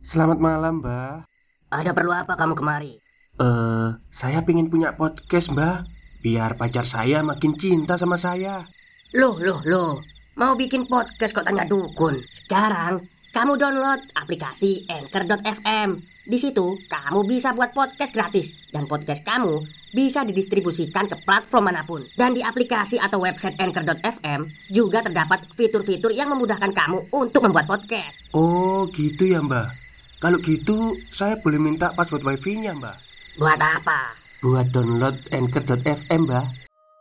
Selamat malam, Mbak. Ada perlu apa kamu kemari? Saya pengen punya podcast, Mbak. Biar pacar saya makin cinta sama saya. Loh. Mau bikin podcast kok tanya dukun? Sekarang kamu download aplikasi Anchor.fm. Di situ kamu bisa buat podcast gratis dan podcast kamu bisa didistribusikan ke platform manapun. Dan di aplikasi atau website Anchor.fm juga terdapat fitur-fitur yang memudahkan kamu untuk membuat podcast. Oh, gitu ya, Mbak. Kalau gitu, saya boleh minta password wifi-nya, Mbak. Buat apa? Buat download Anchor.fm, Mbak.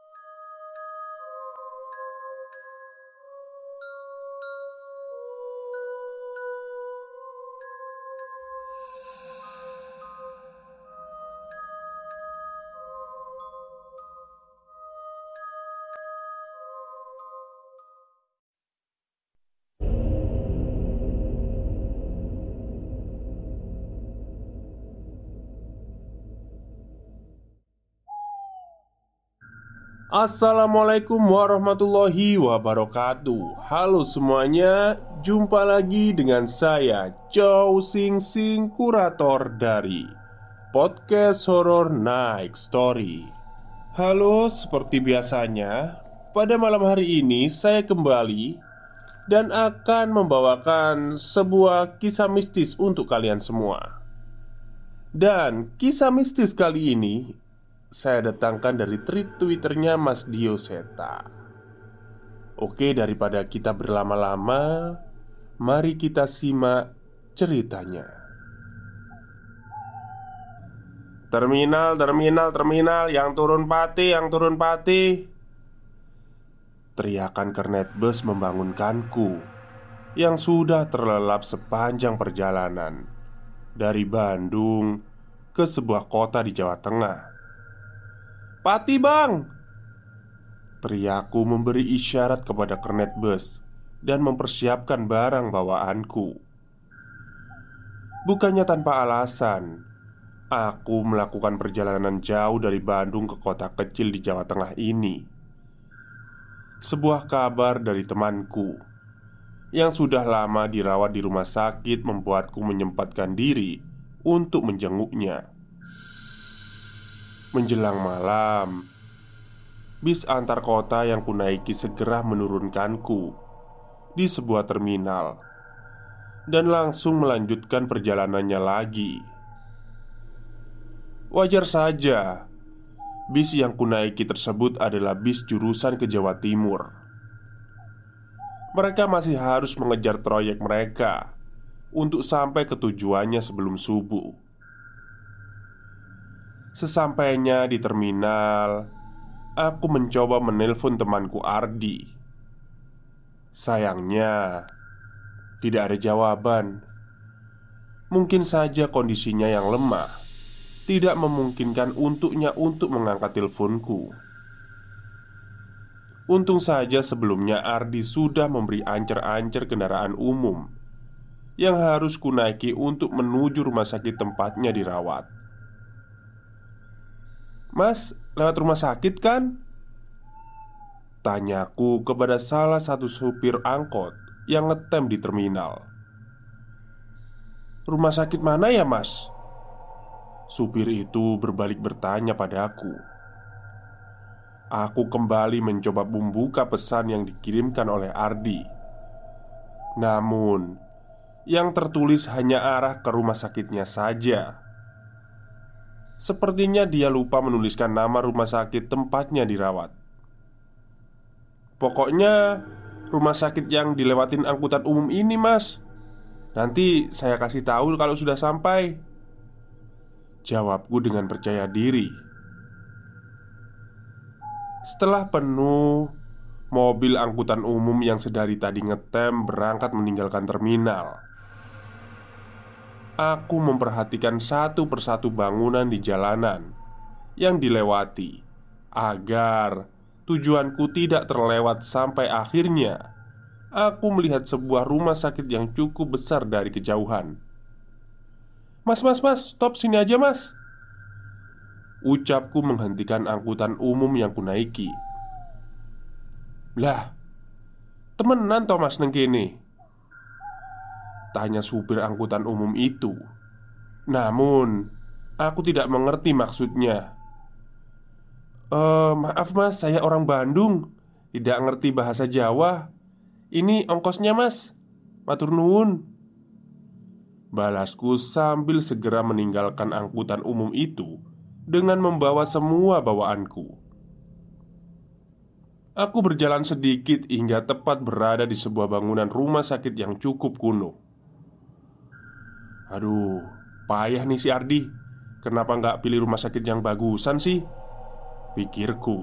Assalamualaikum warahmatullahi wabarakatuh. Halo semuanya, jumpa lagi dengan saya Chow Sing Sing, kurator dari podcast horor Night Story. Halo, seperti biasanya, pada malam hari ini saya kembali dan akan membawakan sebuah kisah mistis untuk kalian semua. Dan kisah mistis kali ini saya datangkan dari tweet Twitternya Mas Dio Seta. Oke, daripada kita berlama-lama, mari kita simak ceritanya. Terminal, yang turun pati. Teriakan kernet bus membangunkanku yang sudah terlelap sepanjang perjalanan dari Bandung ke sebuah kota di Jawa Tengah. "Pati bang!" teriakku memberi isyarat kepada kernet bus dan mempersiapkan barang bawaanku. Bukannya tanpa alasan, aku melakukan perjalanan jauh dari Bandung ke kota kecil di Jawa Tengah ini. Sebuah kabar dari temanku yang sudah lama dirawat di rumah sakit membuatku menyempatkan diri untuk menjenguknya. Menjelang malam, bis antar kota yang kunaiki segera menurunkanku di sebuah terminal dan langsung melanjutkan perjalanannya lagi. Wajar saja, bis yang kunaiki tersebut adalah bis jurusan ke Jawa Timur. Mereka masih harus mengejar proyek mereka untuk sampai ke tujuannya sebelum subuh. Sesampainya di terminal, aku mencoba menelpon temanku Ardi. Sayangnya, tidak ada jawaban. Mungkin saja kondisinya yang lemah tidak memungkinkan untuknya untuk mengangkat teleponku. Untung saja sebelumnya Ardi sudah memberi ancer-ancer kendaraan umum yang harus kunaiki untuk menuju rumah sakit tempatnya dirawat. "Mas, lewat rumah sakit kan?" tanyaku kepada salah satu supir angkot yang ngetem di terminal. "Rumah sakit mana ya mas?" supir itu berbalik bertanya padaku. Aku kembali mencoba membuka pesan yang dikirimkan oleh Ardi. Namun, yang tertulis hanya arah ke rumah sakitnya saja. Sepertinya dia lupa menuliskan nama rumah sakit tempatnya dirawat. "Pokoknya rumah sakit yang dilewatin angkutan umum ini mas. Nanti saya kasih tahu kalau sudah sampai," jawabku dengan percaya diri. Setelah penuh, mobil angkutan umum yang sedari tadi ngetem berangkat meninggalkan terminal. Aku memperhatikan satu persatu bangunan di jalanan yang dilewati agar tujuanku tidak terlewat sampai akhirnya aku melihat sebuah rumah sakit yang cukup besar dari kejauhan. Mas, stop sini aja mas," ucapku menghentikan angkutan umum yang kunaiki. "Lah, temenan Thomas neng kene?" Tanya supir angkutan umum itu. Namun, aku tidak mengerti maksudnya. Maaf mas, saya orang Bandung. Tidak ngerti bahasa Jawa. Ini ongkosnya mas. Matur nuwun. Balasku sambil segera meninggalkan angkutan umum itu dengan membawa semua bawaanku. Aku berjalan sedikit hingga tepat berada di sebuah bangunan rumah sakit yang cukup kuno. Aduh, payah nih si Ardi. Kenapa nggak pilih rumah sakit yang bagusan sih? Pikirku.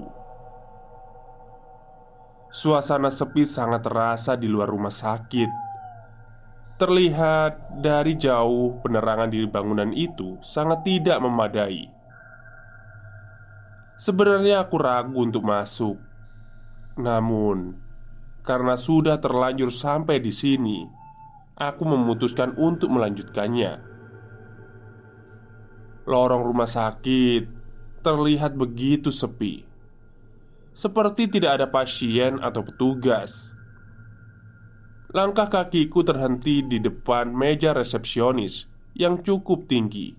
Suasana sepi sangat terasa di luar rumah sakit. Terlihat dari jauh penerangan di bangunan itu sangat tidak memadai. Sebenarnya aku ragu untuk masuk. Namun, karena sudah terlanjur sampai di sini, aku memutuskan untuk melanjutkannya. Lorong rumah sakit terlihat begitu sepi, seperti tidak ada pasien atau petugas. Langkah kakiku terhenti di depan meja resepsionis yang cukup tinggi.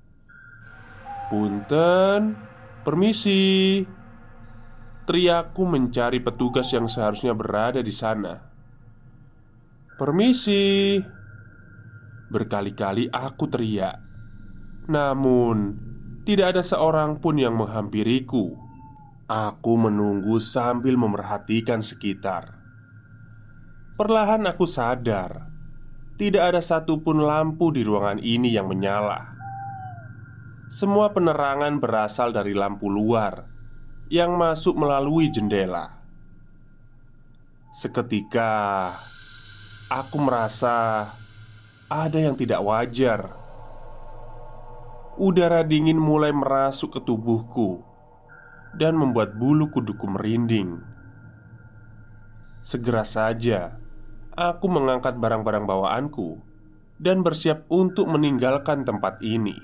"Punten, permisi," teriakku mencari petugas yang seharusnya berada di sana. "Permisi," berkali-kali aku teriak. Namun, tidak ada seorang pun yang menghampiriku. Aku menunggu sambil memerhatikan sekitar. Perlahan aku sadar, tidak ada satupun lampu di ruangan ini yang menyala. Semua penerangan berasal dari lampu luar yang masuk melalui jendela. Seketika, aku merasa ada yang tidak wajar. Udara dingin mulai merasuk ke tubuhku dan membuat bulu kuduku merinding. Segera saja, aku mengangkat barang-barang bawaanku dan bersiap untuk meninggalkan tempat ini.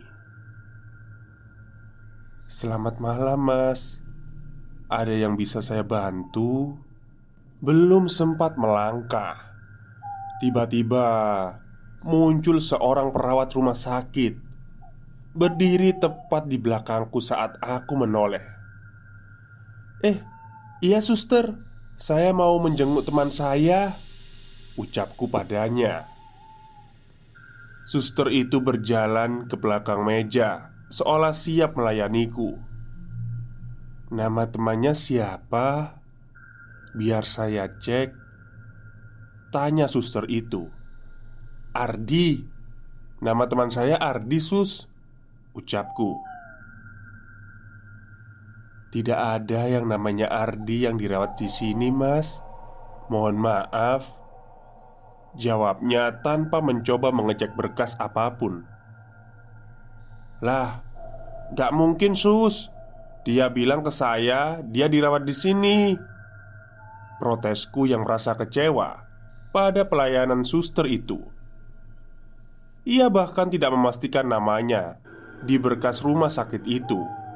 "Selamat malam, Mas. Ada yang bisa saya bantu?" Belum sempat melangkah, tiba-tiba muncul seorang perawat rumah sakit berdiri tepat di belakangku saat aku menoleh. Iya suster, saya mau menjenguk teman saya," ucapku padanya. Suster itu berjalan ke belakang meja seolah siap melayaniku. "Nama temannya siapa? Biar saya cek," tanya suster itu. "Ardi. Nama teman saya Ardi, sus," ucapku. "Tidak ada yang namanya Ardi yang dirawat di sini, mas. Mohon maaf," jawabnya tanpa mencoba mengecek berkas apapun. "Lah, gak mungkin, sus. Dia bilang ke saya dia dirawat di sini," protesku yang merasa kecewa pada pelayanan suster itu. Ia bahkan tidak memastikan namanya di berkas rumah sakit itu.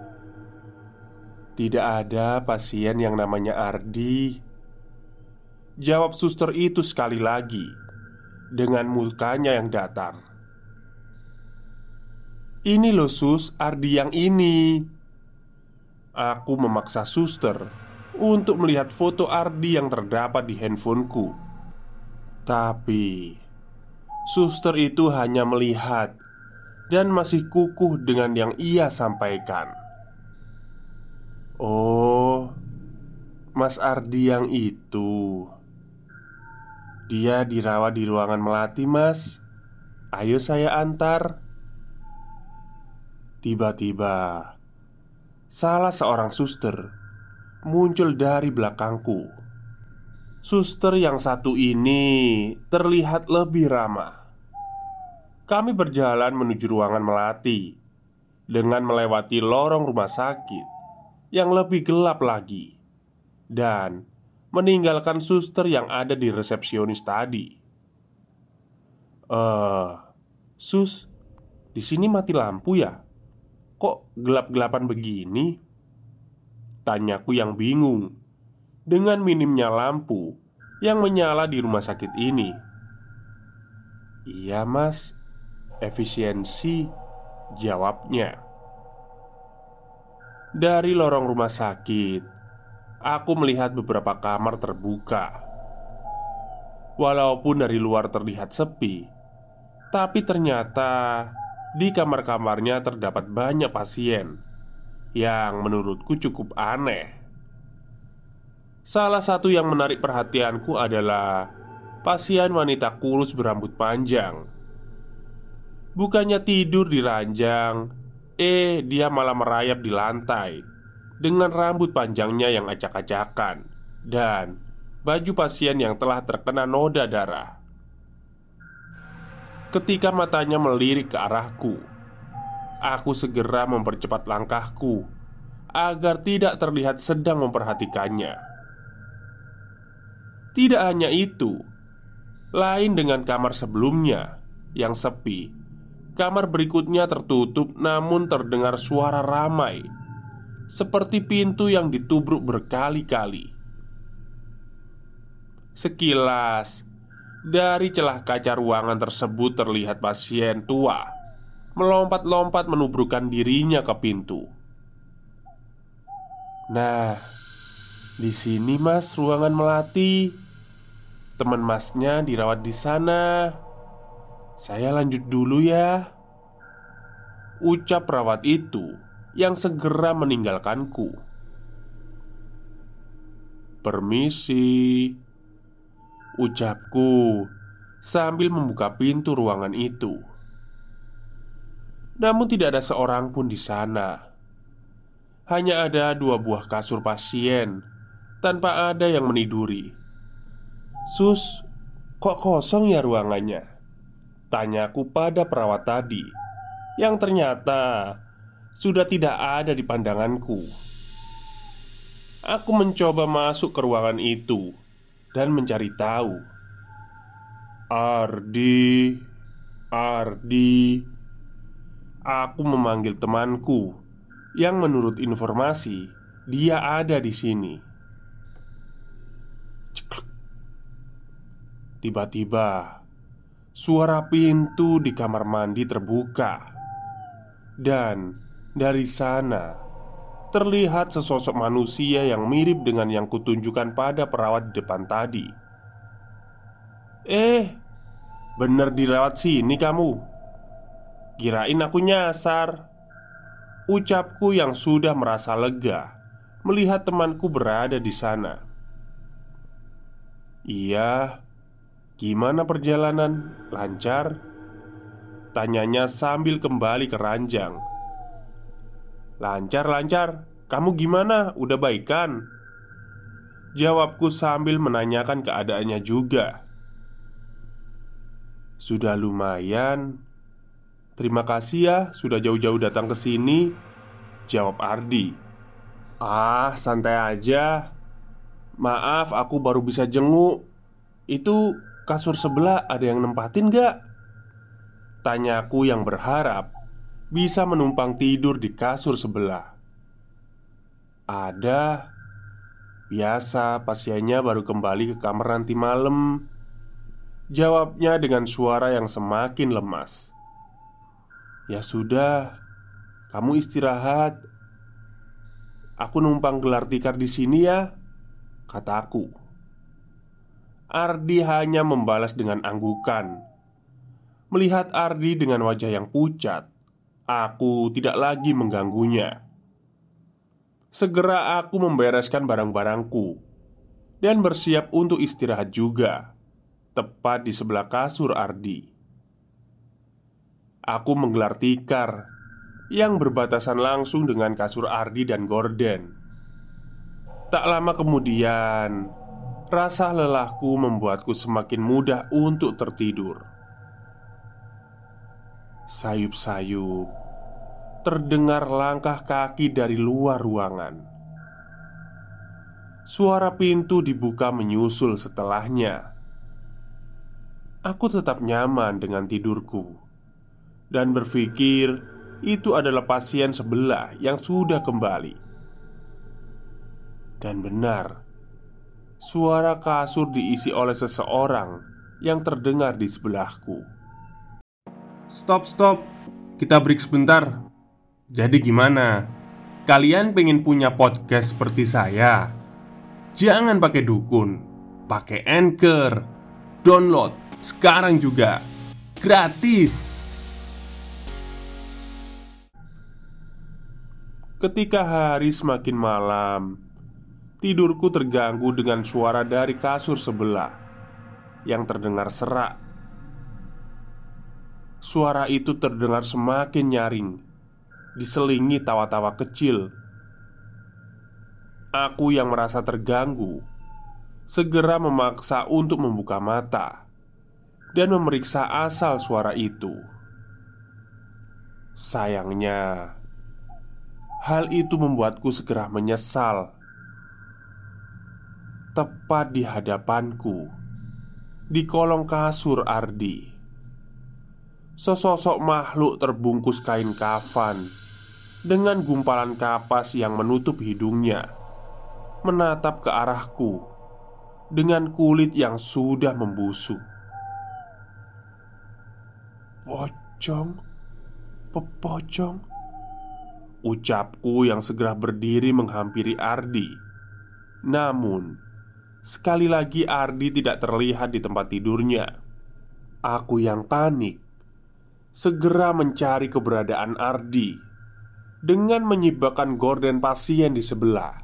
"Tidak ada pasien yang namanya Ardi," jawab suster itu sekali lagi dengan mukanya yang datar. "Ini loh sus, Ardi yang ini." Aku memaksa suster untuk melihat foto Ardi yang terdapat di handphoneku. Tapi suster itu hanya melihat dan masih kukuh dengan yang ia sampaikan. "Oh, Mas Ardi yang itu. Dia dirawat di ruangan melati, mas. Ayo saya antar." Tiba-tiba salah seorang suster muncul dari belakangku. Suster yang satu ini terlihat lebih ramah. Kami berjalan menuju ruangan melati dengan melewati lorong rumah sakit yang lebih gelap lagi dan meninggalkan suster yang ada di resepsionis tadi. Sus, di sini mati lampu ya? Kok gelap-gelapan begini?" tanyaku yang bingung dengan minimnya lampu yang menyala di rumah sakit ini. "Iya mas, efisiensi," jawabnya. Dari lorong rumah sakit, aku melihat beberapa kamar terbuka. Walaupun dari luar terlihat sepi, tapi ternyata di kamar-kamarnya terdapat banyak pasien yang menurutku cukup aneh. Salah satu yang menarik perhatianku adalah pasien wanita kurus berambut panjang. Bukannya tidur di ranjang, dia malah merayap di lantai dengan rambut panjangnya yang acak-acakan dan baju pasien yang telah terkena noda darah. Ketika matanya melirik ke arahku, aku segera mempercepat langkahku agar tidak terlihat sedang memperhatikannya. Tidak hanya itu, lain dengan kamar sebelumnya yang sepi, kamar berikutnya tertutup namun terdengar suara ramai, seperti pintu yang ditubruk berkali-kali. Sekilas, dari celah kaca ruangan tersebut terlihat pasien tua melompat-lompat menubrukkan dirinya ke pintu. "Nah, di sini mas ruangan melati. Teman masnya dirawat di sana. Saya lanjut dulu ya," ucap perawat itu yang segera meninggalkanku. "Permisi," ucapku sambil membuka pintu ruangan itu. Namun tidak ada seorang pun di sana. Hanya ada 2 buah kasur pasien tanpa ada yang meniduri. "Sus, kok kosong ya ruangannya?" tanyaku pada perawat tadi, yang ternyata sudah tidak ada di pandanganku. Aku mencoba masuk ke ruangan itu dan mencari tahu. "Ardi, Ardi," aku memanggil temanku yang menurut informasi dia ada di sini. Ceklek. Tiba-tiba suara pintu di kamar mandi terbuka, dan dari sana terlihat sesosok manusia yang mirip dengan yang kutunjukkan pada perawat di depan tadi. Bener dirawat sini kamu? Kirain aku nyasar," ucapku yang sudah merasa lega melihat temanku berada di sana. "Iya. Gimana perjalanan? Lancar?" tanyanya sambil kembali ke ranjang. "Lancar, lancar. Kamu gimana? Udah baikan?" jawabku sambil menanyakan keadaannya juga. "Sudah lumayan. Terima kasih ya sudah jauh-jauh datang ke sini," jawab Ardi. "Ah, santai aja. Maaf aku baru bisa jenguk. Itu kasur sebelah ada yang nempatin gak?" tanyaku yang berharap bisa menumpang tidur di kasur sebelah. "Ada. Biasa pasiennya baru kembali ke kamar nanti malam," jawabnya dengan suara yang semakin lemas. "Ya sudah, kamu istirahat. Aku numpang gelar tikar di sini ya," kataku. Ardi hanya membalas dengan anggukan. Melihat Ardi dengan wajah yang pucat, aku tidak lagi mengganggunya. Segera aku membereskan barang-barangku dan bersiap untuk istirahat juga, tepat di sebelah kasur Ardi. Aku menggelar tikar yang berbatasan langsung dengan kasur Ardi dan gorden. Tak lama kemudian, rasa lelahku membuatku semakin mudah untuk tertidur. Sayup-sayup terdengar langkah kaki dari luar ruangan. Suara pintu dibuka menyusul setelahnya. Aku tetap nyaman dengan tidurku dan berpikir itu adalah pasien sebelah yang sudah kembali. Dan benar, suara kasur diisi oleh seseorang yang terdengar di sebelahku. Stop. Kita break sebentar. Jadi gimana? Kalian pengen punya podcast seperti saya? Jangan pakai dukun, pakai Anchor. Download sekarang juga. Gratis. Ketika hari semakin malam, tidurku terganggu dengan suara dari kasur sebelah yang terdengar serak. Suara itu terdengar semakin nyaring, diselingi tawa-tawa kecil. Aku yang merasa terganggu segera memaksa untuk membuka mata dan memeriksa asal suara itu. Sayangnya, hal itu membuatku segera menyesal. Tepat di hadapanku, di kolong kasur Ardi, sesosok makhluk terbungkus kain kafan dengan gumpalan kapas yang menutup hidungnya menatap ke arahku dengan kulit yang sudah membusuk. Pocong, ucapku yang segera berdiri menghampiri Ardi. Namun, sekali lagi Ardi tidak terlihat di tempat tidurnya. Aku yang panik segera mencari keberadaan Ardi dengan menyibakkan gorden pasien di sebelah.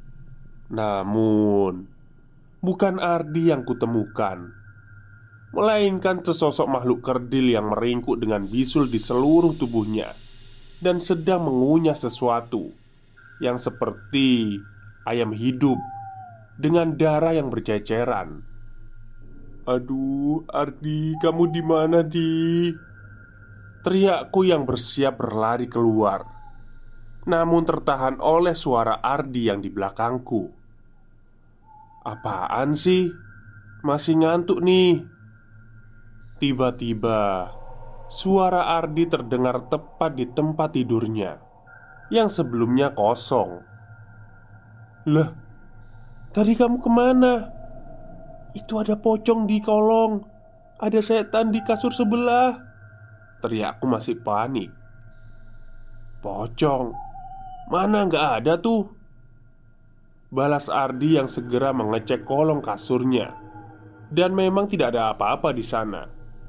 Namun, bukan Ardi yang kutemukan, melainkan sesosok makhluk kerdil yang meringkuk dengan bisul di seluruh tubuhnya dan sedang mengunyah sesuatu yang seperti ayam hidup dengan darah yang berceceran. "Aduh, Ardi, kamu di mana, Di?" teriakku yang bersiap berlari keluar, namun tertahan oleh suara Ardi yang di belakangku. "Apaan sih? Masih ngantuk nih." Tiba-tiba suara Ardi terdengar tepat di tempat tidurnya yang sebelumnya kosong. "Lah, tadi kamu kemana? Itu ada pocong di kolong. Ada setan di kasur sebelah," teriakku masih panik. "Pocong? Mana nggak ada tuh," balas Ardi yang segera mengecek kolong kasurnya. Dan memang tidak ada apa-apa di sana.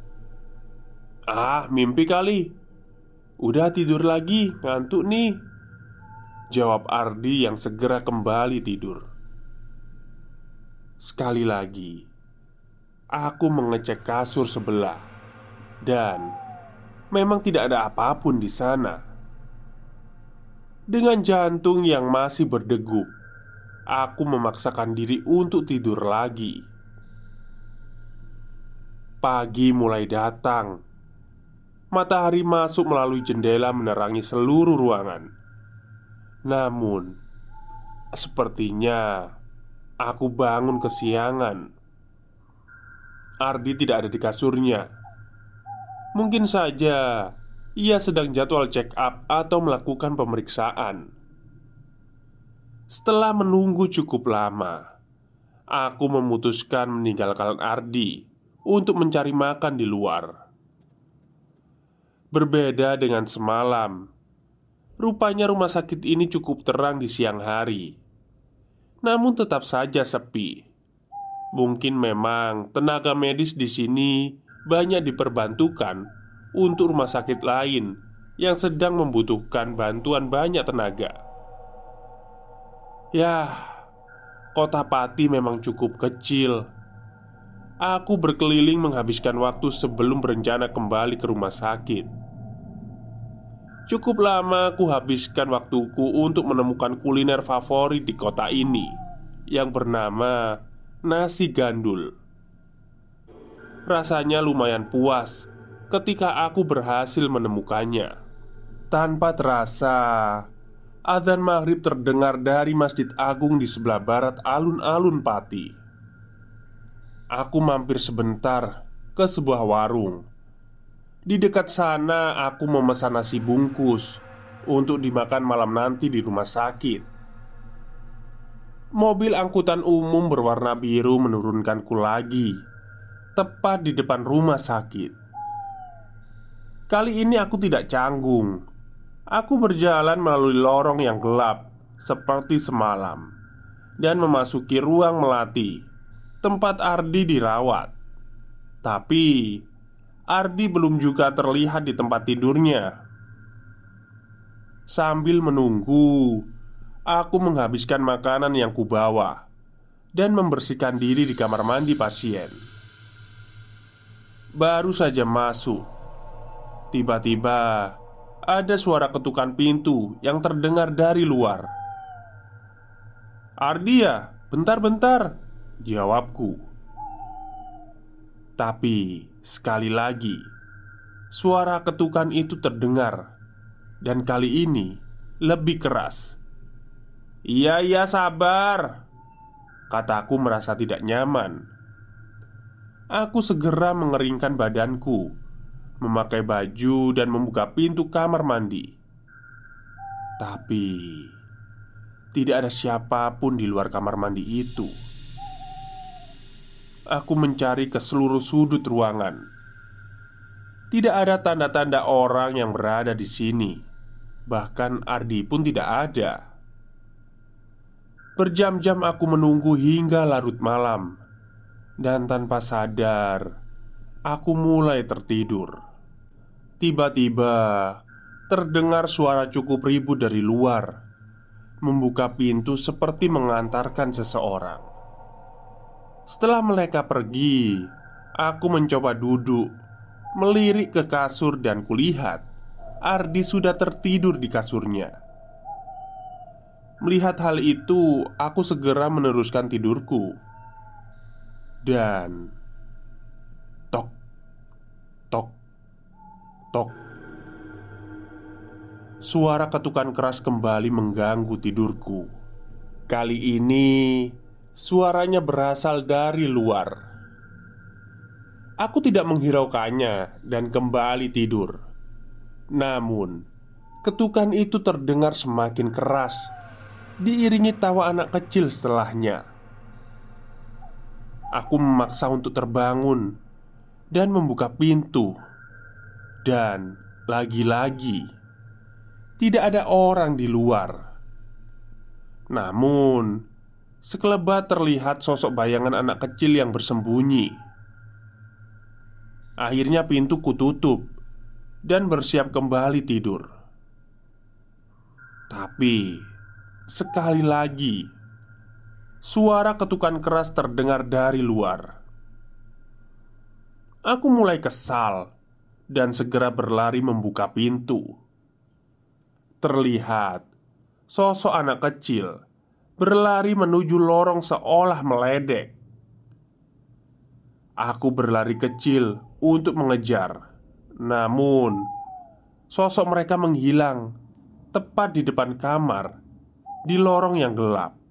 "Ah, mimpi kali. Udah tidur lagi, ngantuk nih," jawab Ardi yang segera kembali tidur. Sekali lagi, aku mengecek kasur sebelah dan memang tidak ada apapun di sana. Dengan jantung yang masih berdegup, aku memaksakan diri untuk tidur lagi. Pagi mulai datang. Matahari masuk melalui jendela menerangi seluruh ruangan. Namun, sepertinya aku bangun kesiangan. Ardi tidak ada di kasurnya. Mungkin saja ia sedang jadwal check up atau melakukan pemeriksaan. Setelah menunggu cukup lama, aku memutuskan meninggalkan Ardi untuk mencari makan di luar. Berbeda dengan semalam, rupanya rumah sakit ini cukup terang di siang hari. Namun tetap saja sepi. Mungkin memang tenaga medis di sini banyak diperbantukan untuk rumah sakit lain yang sedang membutuhkan bantuan banyak tenaga. Yah, kota Pati memang cukup kecil. Aku berkeliling menghabiskan waktu sebelum berencana kembali ke rumah sakit. Cukup lama aku habiskan waktuku untuk menemukan kuliner favorit di kota ini yang bernama nasi gandul. Rasanya lumayan puas ketika aku berhasil menemukannya. Tanpa terasa, adzan maghrib terdengar dari Masjid Agung di sebelah barat alun-alun Pati. Aku mampir sebentar ke sebuah warung. Di dekat sana aku memesan nasi bungkus untuk dimakan malam nanti di rumah sakit. Mobil angkutan umum berwarna biru menurunkanku lagi, tepat di depan rumah sakit. Kali ini aku tidak canggung. Aku berjalan melalui lorong yang gelap seperti semalam dan memasuki ruang melati tempat Ardi dirawat. Tapi Ardi belum juga terlihat di tempat tidurnya. Sambil menunggu, aku menghabiskan makanan yang kubawa dan membersihkan diri di kamar mandi pasien. Baru saja masuk, tiba-tiba ada suara ketukan pintu yang terdengar dari luar. "Ardi ya, bentar-bentar," jawabku. Tapi sekali lagi suara ketukan itu terdengar, dan kali ini lebih keras. Iya, sabar," kataku merasa tidak nyaman. Aku segera mengeringkan badanku, memakai baju dan membuka pintu kamar mandi. Tapi tidak ada siapapun di luar kamar mandi itu. Aku mencari ke seluruh sudut ruangan. Tidak ada tanda-tanda orang yang berada di sini. Bahkan Ardi pun tidak ada. Berjam-jam aku menunggu hingga larut malam. Dan tanpa sadar, aku mulai tertidur. Tiba-tiba terdengar suara cukup ribut dari luar, membuka pintu seperti mengantarkan seseorang. Setelah mereka pergi, aku mencoba duduk, melirik ke kasur dan kulihat Ardi sudah tertidur di kasurnya. Melihat hal itu, aku segera meneruskan tidurku. Dan tok, tok, tok. Suara ketukan keras kembali mengganggu tidurku. Kali ini suaranya berasal dari luar. Aku tidak menghiraukannya dan kembali tidur. Namun, ketukan itu terdengar semakin keras, diiringi tawa anak kecil setelahnya. Aku memaksa untuk terbangun dan membuka pintu. Dan lagi-lagi tidak ada orang di luar. Namun, sekelebat terlihat sosok bayangan anak kecil yang bersembunyi. Akhirnya pintu kututup dan bersiap kembali tidur. Tapi sekali lagi suara ketukan keras terdengar dari luar. Aku mulai kesal dan segera berlari membuka pintu. Terlihat sosok anak kecil berlari menuju lorong seolah meledek. Aku berlari kecil untuk mengejar. Namun sosok mereka menghilang tepat di depan kamar, di lorong yang gelap.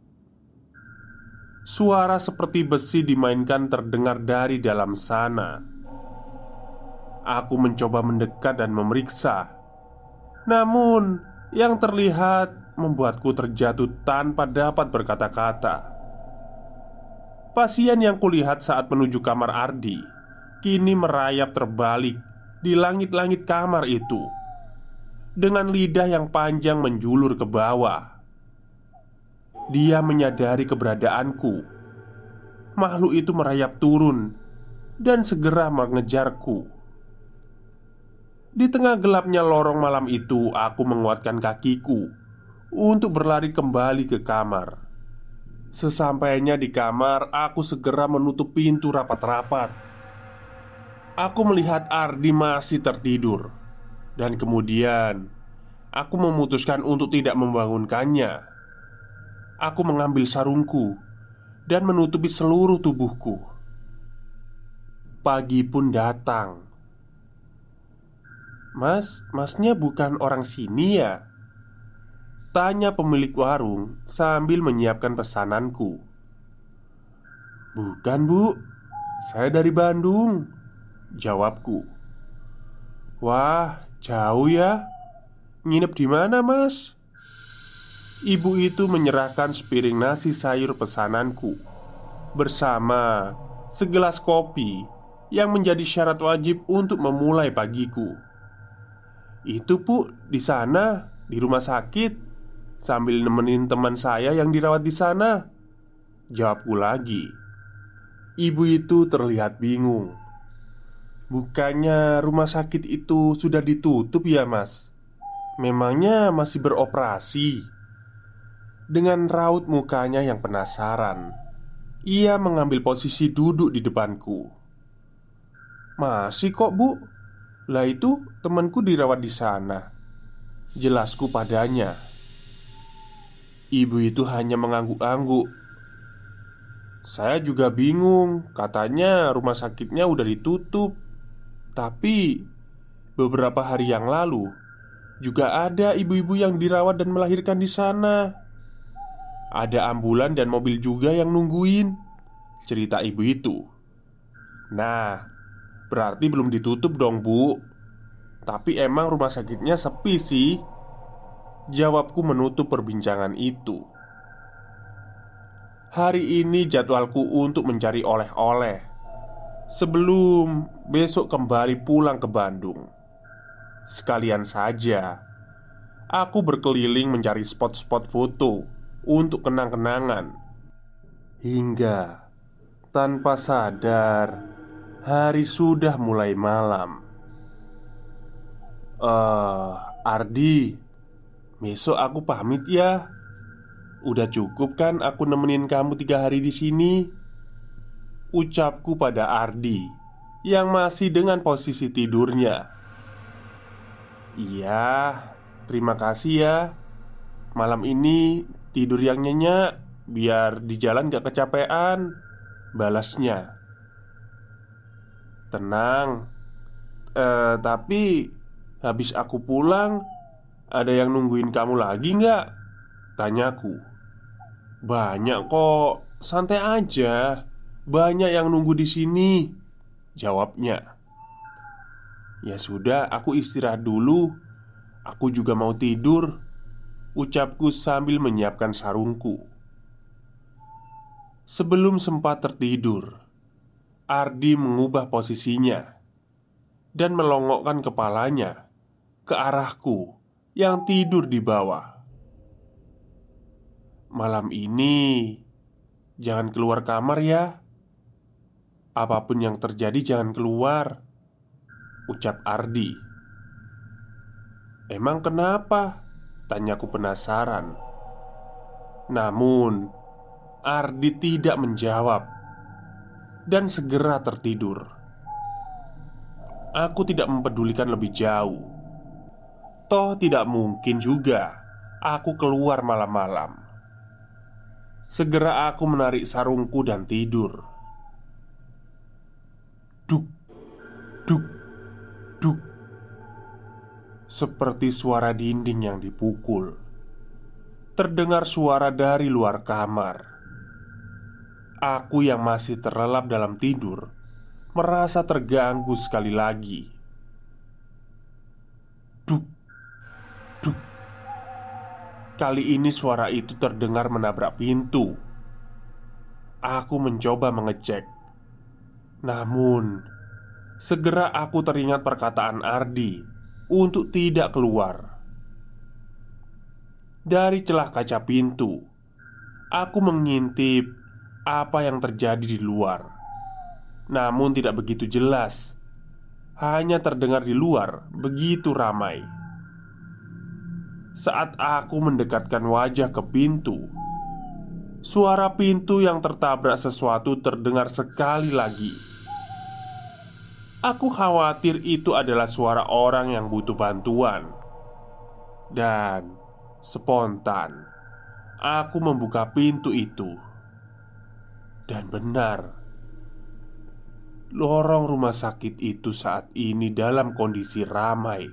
Suara seperti besi dimainkan terdengar dari dalam sana. Aku mencoba mendekat dan memeriksa. Namun, yang terlihat membuatku terjatuh tanpa dapat berkata-kata. Pasien yang kulihat saat menuju kamar Ardi kini merayap terbalik di langit-langit kamar itu, dengan lidah yang panjang menjulur ke bawah. Dia menyadari keberadaanku. Makhluk itu merayap turun dan segera mengejarku. Di tengah gelapnya lorong malam itu, aku menguatkan kakiku untuk berlari kembali ke kamar. Sesampainya di kamar, aku segera menutup pintu rapat-rapat. Aku melihat Ardi masih tertidur. Dan kemudian aku memutuskan untuk tidak membangunkannya. Aku mengambil sarungku dan menutupi seluruh tubuhku. Pagi pun datang. Masnya bukan orang sini ya?" tanya pemilik warung sambil menyiapkan pesananku. "Bukan bu, saya dari Bandung," jawabku. "Wah, jauh ya. Nginep di mana mas?" Ibu itu menyerahkan sepiring nasi sayur pesananku bersama segelas kopi yang menjadi syarat wajib untuk memulai pagiku. Itu Pu, di sana, di rumah sakit, sambil nemenin teman saya yang dirawat di sana, jawabku lagi. Ibu itu terlihat bingung. Bukannya rumah sakit itu sudah ditutup ya mas? Memangnya masih beroperasi? Dengan raut mukanya yang penasaran, ia mengambil posisi duduk di depanku. Masih kok bu. Lah itu temanku dirawat di sana, jelasku padanya. Ibu itu hanya mengangguk-angguk. Saya juga bingung, katanya rumah sakitnya udah ditutup. Tapi beberapa hari yang lalu juga ada ibu-ibu yang dirawat dan melahirkan di sana. Ada ambulan dan mobil juga yang nungguin, cerita ibu itu. Nah, berarti belum ditutup dong bu. Tapi emang rumah sakitnya sepi sih, jawabku menutup perbincangan itu. Hari ini jadwalku untuk mencari oleh-oleh sebelum besok kembali pulang ke Bandung. Sekalian saja aku berkeliling mencari spot-spot foto untuk kenang-kenangan. Hingga tanpa sadar hari sudah mulai malam. Ardi, besok aku pamit ya. Udah cukup kan aku nemenin kamu 3 hari di sini? Ucapku pada Ardi yang masih dengan posisi tidurnya. Iya, terima kasih ya. Malam ini tidur yang nyenyak, biar di jalan gak kecapean, balasnya. Tenang. Tapi habis aku pulang, ada yang nungguin kamu lagi nggak? Tanyaku. Banyak kok, santai aja. Banyak yang nunggu di sini, jawabnya. Ya sudah, aku istirahat dulu. Aku juga mau tidur, ucapku sambil menyiapkan sarungku. Sebelum sempat tertidur, Ardi mengubah posisinya dan melongokkan kepalanya ke arahku yang tidur di bawah. Malam ini jangan keluar kamar ya. Apapun yang terjadi jangan keluar, ucap Ardi. Emang kenapa? Tanyaku penasaran. Namun Ardi tidak menjawab dan segera tertidur. Aku tidak mempedulikan lebih jauh. Toh tidak mungkin juga aku keluar malam-malam. Segera aku menarik sarungku dan tidur. Duk, duk, duk. Seperti suara dinding yang dipukul. Terdengar suara dari luar kamar. Aku yang masih terlelap dalam tidur merasa terganggu sekali lagi. Duk, duk. Kali ini suara itu terdengar menabrak pintu. Aku mencoba mengecek. Namun segera aku teringat perkataan Ardi untuk tidak keluar. Dari celah kaca pintu, aku mengintip apa yang terjadi di luar. Namun tidak begitu jelas. Hanya terdengar di luar begitu ramai. Saat aku mendekatkan wajah ke pintu, suara pintu yang tertabrak sesuatu terdengar sekali lagi. Aku khawatir itu adalah suara orang yang butuh bantuan. Dan spontan aku membuka pintu itu. Dan benar, lorong rumah sakit itu saat ini dalam kondisi ramai.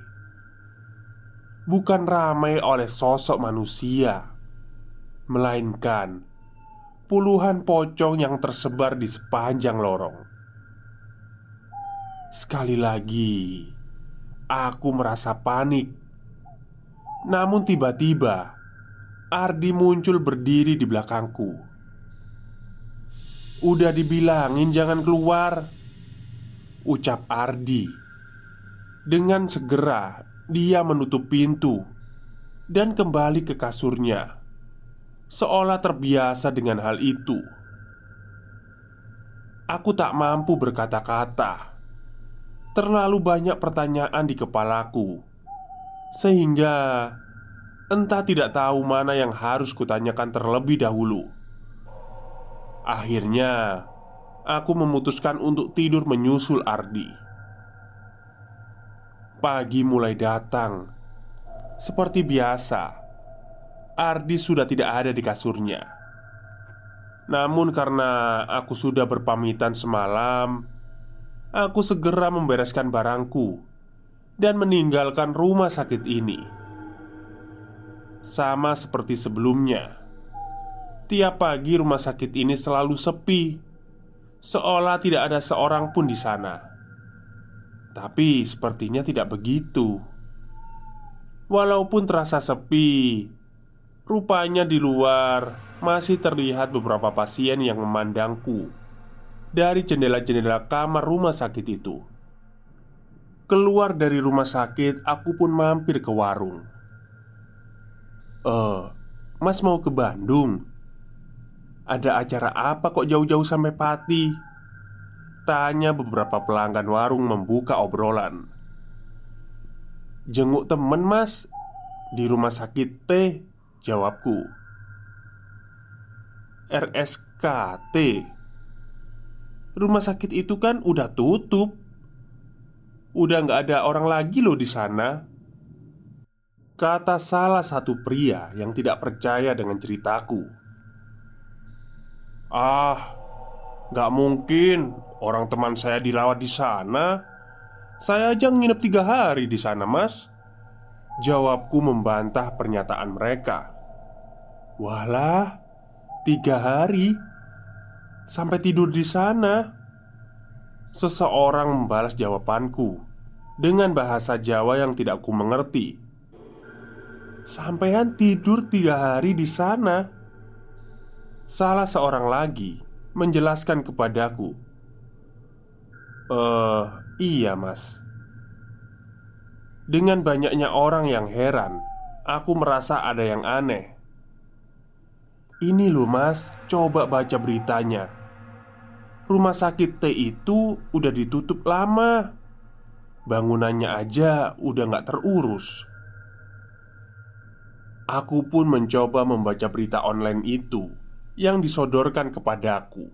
Bukan ramai oleh sosok manusia, melainkan puluhan pocong yang tersebar di sepanjang lorong. Sekali lagi, aku merasa panik. Namun tiba-tiba Ardi muncul berdiri di belakangku. Udah dibilangin jangan keluar, ucap Ardi. Dengan segera dia menutup pintu dan kembali ke kasurnya, seolah terbiasa dengan hal itu. Aku tak mampu berkata-kata. Terlalu banyak pertanyaan di kepalaku, sehingga entah tidak tahu mana yang harus kutanyakan terlebih dahulu. Akhirnya, aku memutuskan untuk tidur menyusul Ardi. Pagi mulai datang. Seperti biasa, Ardi sudah tidak ada di kasurnya. Namun karena aku sudah berpamitan semalam, aku segera membereskan barangku dan meninggalkan rumah sakit ini. Sama seperti sebelumnya, tiap pagi rumah sakit ini selalu sepi, seolah tidak ada seorang pun di sana. Tapi sepertinya tidak begitu. Walaupun terasa sepi, rupanya di luar masih terlihat beberapa pasien yang memandangku dari jendela-jendela kamar rumah sakit itu. Keluar dari rumah sakit, aku pun mampir ke warung. Mas mau ke Bandung? Ada acara apa kok jauh-jauh sampai Pati?" tanya beberapa pelanggan warung membuka obrolan. "Jenguk temen mas, di rumah sakit T," jawabku. "RSKT? Rumah sakit itu kan udah tutup. Udah nggak ada orang lagi loh di sana," kata salah satu pria yang tidak percaya dengan ceritaku. "Ah, nggak mungkin. Orang teman saya dirawat di sana. Saya aja nginep 3 hari di sana, mas," jawabku membantah pernyataan mereka. "Walah, 3 hari? Sampai tidur di sana?" Seseorang membalas jawabanku dengan bahasa Jawa yang tidak ku mengerti. "Sampean tidur 3 hari di sana?" Salah seorang lagi menjelaskan kepadaku. Iya mas." Dengan banyaknya orang yang heran, aku merasa ada yang aneh. "Ini loh mas, coba baca beritanya. Rumah sakit T itu udah ditutup lama. Bangunannya aja udah gak terurus." Aku pun mencoba membaca berita online itu yang disodorkan kepadaku.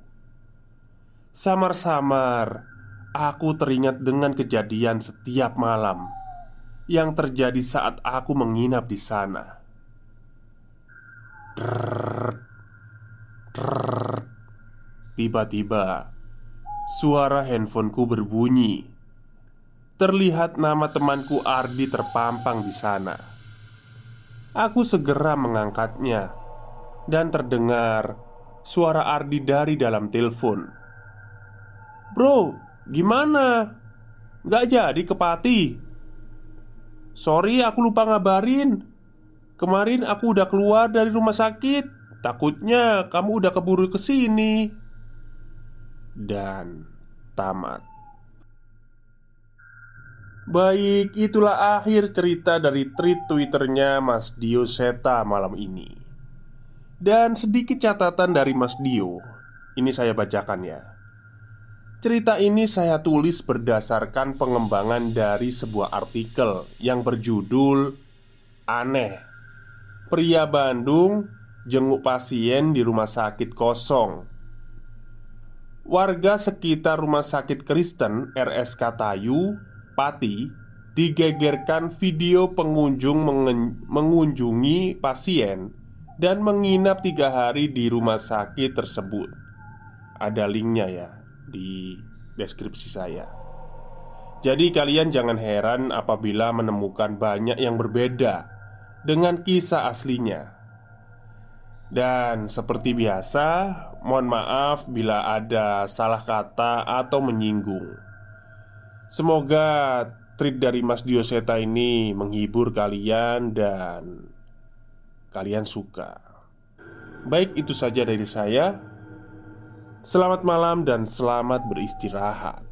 Samar-samar aku teringat dengan kejadian setiap malam yang terjadi saat aku menginap di sana. Tiba-tiba suara handphoneku berbunyi. Terlihat nama temanku Ardi terpampang di sana. Aku segera mengangkatnya dan terdengar suara Ardi dari dalam telepon. "Bro, gimana? Gak jadi ke Pati? Sorry aku lupa ngabarin. Kemarin aku udah keluar dari rumah sakit. Takutnya kamu udah keburu kesini." Dan tamat. Baik, itulah akhir cerita dari tweet Twitternya Mas Dio Seta malam ini. Dan sedikit catatan dari Mas Dio. Ini saya bacakan ya. Cerita ini saya tulis berdasarkan pengembangan dari sebuah artikel yang berjudul "Aneh, Pria Bandung jenguk pasien di rumah sakit kosong. Warga sekitar rumah sakit Kristen RSK Tayu, Pati, digegerkan video pengunjung mengunjungi pasien dan menginap 3 hari di rumah sakit tersebut." Ada linknya ya di deskripsi saya. Jadi kalian jangan heran apabila menemukan banyak yang berbeda dengan kisah aslinya. Dan seperti biasa, mohon maaf bila ada salah kata atau menyinggung. Semoga tweet dari Mas Dio Seta ini menghibur kalian dan kalian suka. Baik, itu saja dari saya. Selamat malam dan selamat beristirahat.